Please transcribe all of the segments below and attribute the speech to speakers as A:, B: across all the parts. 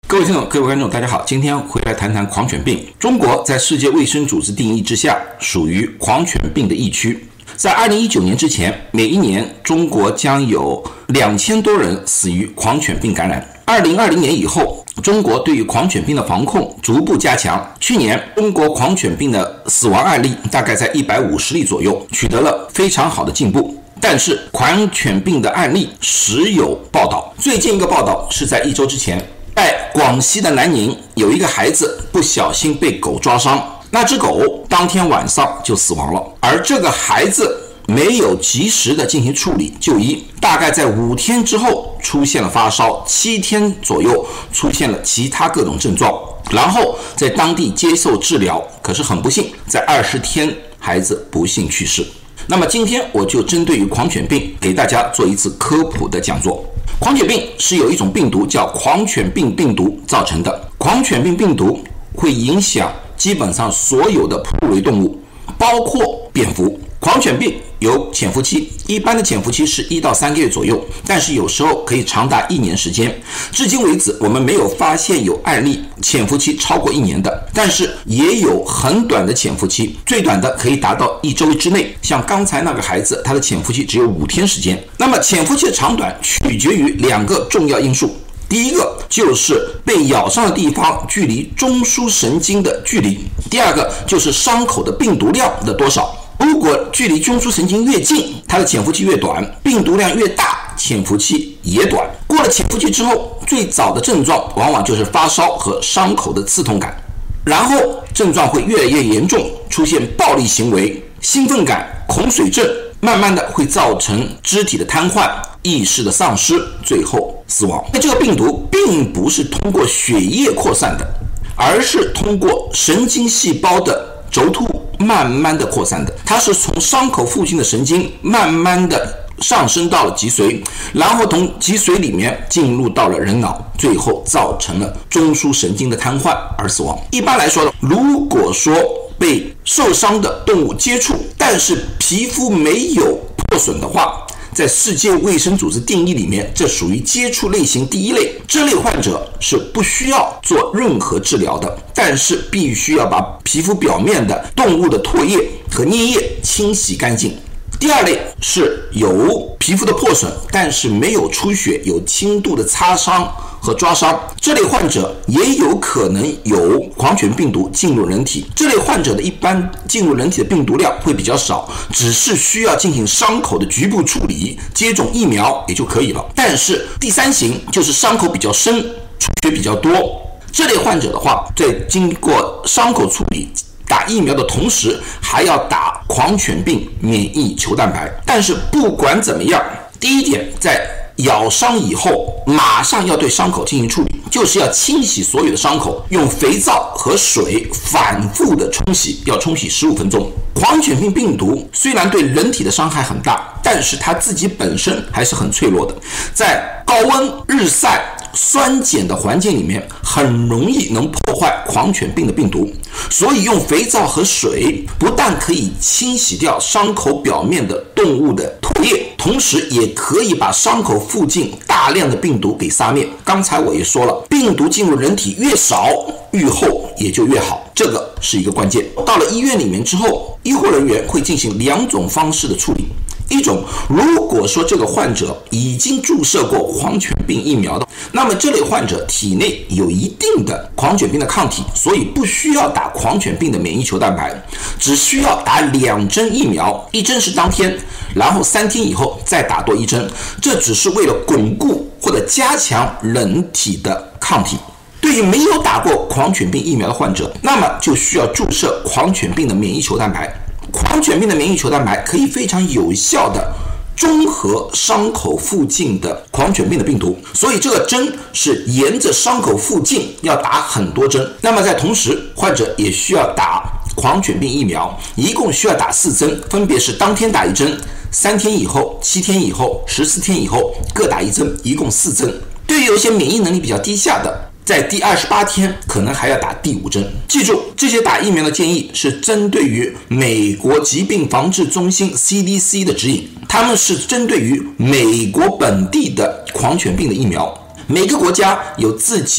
A: 各位听众、各位观众，大家好，今天回来谈谈狂犬病。中国在世界卫生组织定义之下，属于狂犬病的疫区。在2019年之前，每一年中国将有2000多人死于狂犬病感染。2020年以后，中国对于狂犬病的防控逐步加强。去年，中国狂犬病的死亡案例大概在150例左右，取得了非常好的进步。但是，狂犬病的案例时有报道。最近一个报道是在1周之前，在广西的南宁，有一个孩子不小心被狗抓伤，那只狗当天晚上就死亡了，而这个孩子没有及时的进行处理就医，大概在5天之后出现了发烧，7天左右出现了其他各种症状，然后在当地接受治疗，可是很不幸，在20天孩子不幸去世。那么今天我就针对于狂犬病给大家做一次科普的讲座。狂犬病是有一种病毒叫狂犬病病毒造成的，狂犬病病毒会影响基本上所有的哺乳类动物，包括蝙蝠。狂犬病有潜伏期，一般的潜伏期是1到3个月左右，但是有时候可以长达1年时间。至今为止，我们没有发现有案例潜伏期超过1年的，但是也有很短的潜伏期，最短的可以达到1周之内。像刚才那个孩子，他的潜伏期只有5天时间。那么潜伏期的长短取决于2个重要因素。第一个就是被咬伤的地方距离中枢神经的距离，第二个就是伤口的病毒量的多少。如果距离中枢神经越近，它的潜伏期越短，病毒量越大，潜伏期也短。过了潜伏期之后，最早的症状往往就是发烧和伤口的刺痛感，然后症状会越来越严重，出现暴力行为、兴奋感、恐水症，慢慢的会造成肢体的瘫痪、意识的丧失，最后死亡。那这个病毒并不是通过血液扩散的，而是通过神经细胞的轴突慢慢的扩散的，它是从伤口附近的神经慢慢的上升到了脊髓，然后从脊髓里面进入到了人脑，最后造成了中枢神经的瘫痪而死亡。一般来说，如果说被受伤的动物接触，但是皮肤没有破损的话，在世界卫生组织定义里面，这属于接触类型第1类，这类患者是不需要做任何治疗的，但是必须要把皮肤表面的动物的唾液和粘液清洗干净。第2类是有皮肤的破损，但是没有出血，有轻度的擦伤和抓伤，这类患者也有可能有狂犬病毒进入人体。这类患者的一般进入人体的病毒量会比较少，只是需要进行伤口的局部处理，接种疫苗也就可以了。但是第3型就是伤口比较深，出血比较多，这类患者的话，在经过伤口处理打疫苗的同时，还要打狂犬病免疫球蛋白。但是不管怎么样，第一点，在咬伤以后马上要对伤口进行处理，就是要清洗所有的伤口，用肥皂和水反复的冲洗，要冲洗15分钟。狂犬病病毒虽然对人体的伤害很大，但是它自己本身还是很脆弱的，在高温、日晒、酸碱的环境里面，很容易能破坏狂犬病的病毒。所以用肥皂和水不但可以清洗掉伤口表面的动物的唾液，同时也可以把伤口附近大量的病毒给杀灭。刚才我也说了，病毒进入人体越少，愈后也就越好，这个是一个关键。到了医院里面之后，医护人员会进行2种方式的处理。一种，如果说这个患者已经注射过狂犬病疫苗的，那么这类患者体内有一定的狂犬病的抗体，所以不需要打狂犬病的免疫球蛋白，只需要打2针疫苗，一针是当天，然后3天以后再打多1针，这只是为了巩固或者加强人体的抗体。对于没有打过狂犬病疫苗的患者，那么就需要注射狂犬病的免疫球蛋白。狂犬病的免疫球蛋白可以非常有效的中和伤口附近的狂犬病的病毒，所以这个针是沿着伤口附近要打很多针。那么在同时，患者也需要打狂犬病疫苗，一共需要打4针，分别是当天打1针，3天以后、7天以后、14天以后各打1针，一共4针。对于有一些免疫能力比较低下的，在第28天可能还要打第5针。记住，这些打疫苗的建议是针对于美国疾病防治中心 CDC 的指引，他们是针对于美国本地的狂犬病的疫苗。每个国家有自己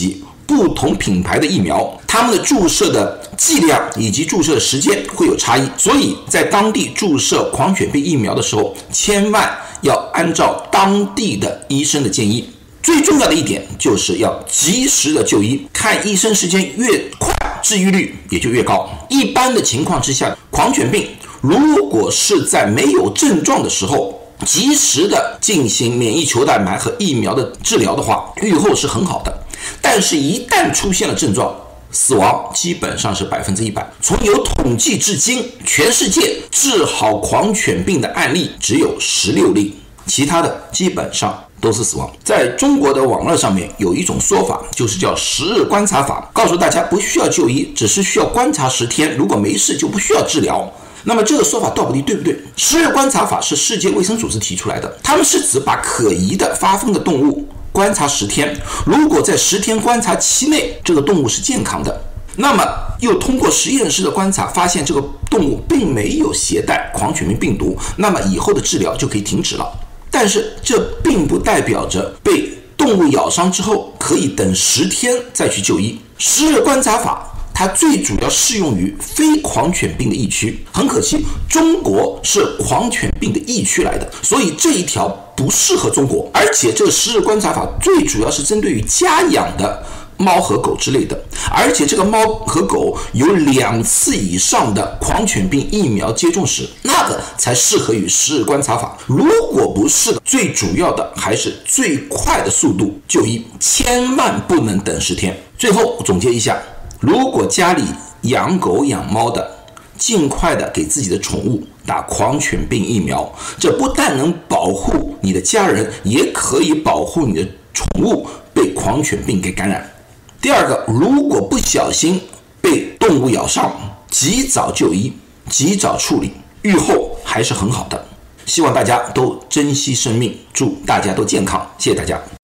A: 不同品牌的疫苗，他们的注射的剂量以及注射的时间会有差异，所以在当地注射狂犬病疫苗的时候，千万要按照当地的医生的建议。最重要的一点就是要及时的就医，看医生时间越快，治愈率也就越高。一般的情况之下，狂犬病如果是在没有症状的时候及时的进行免疫球蛋白和疫苗的治疗的话，预后是很好的。但是一旦出现了症状，死亡基本上是100%。从有统计至今，全世界治好狂犬病的案例只有16例，其他的基本上都是死亡。在中国的网络上面有一种说法，就是叫10日观察法，告诉大家不需要就医，只是需要观察10天，如果没事就不需要治疗。那么这个说法到底对不对？10日观察法是世界卫生组织提出来的，他们是指把可疑的发疯的动物观察10天，如果在10天观察期内这个动物是健康的，那么又通过实验室的观察发现这个动物并没有携带狂犬病病毒，那么以后的治疗就可以停止了。但是这并不代表着被动物咬伤之后可以等10天再去就医。10日观察法它最主要适用于非狂犬病的疫区，很可惜中国是狂犬病的疫区来的，所以这一条不适合中国。而且这个10日观察法最主要是针对于家养的猫和狗之类的，而且这个猫和狗有2次以上的狂犬病疫苗接种史，那个才适合于10日观察法。如果不是的，最主要的还是最快的速度就医，千万不能等10天。最后总结一下，如果家里养狗养猫的，尽快的给自己的宠物打狂犬病疫苗，这不但能保护你的家人，也可以保护你的宠物被狂犬病给感染。第二个，如果不小心被动物咬伤，及早就医，及早处理，预后还是很好的。希望大家都珍惜生命，祝大家都健康，谢谢大家。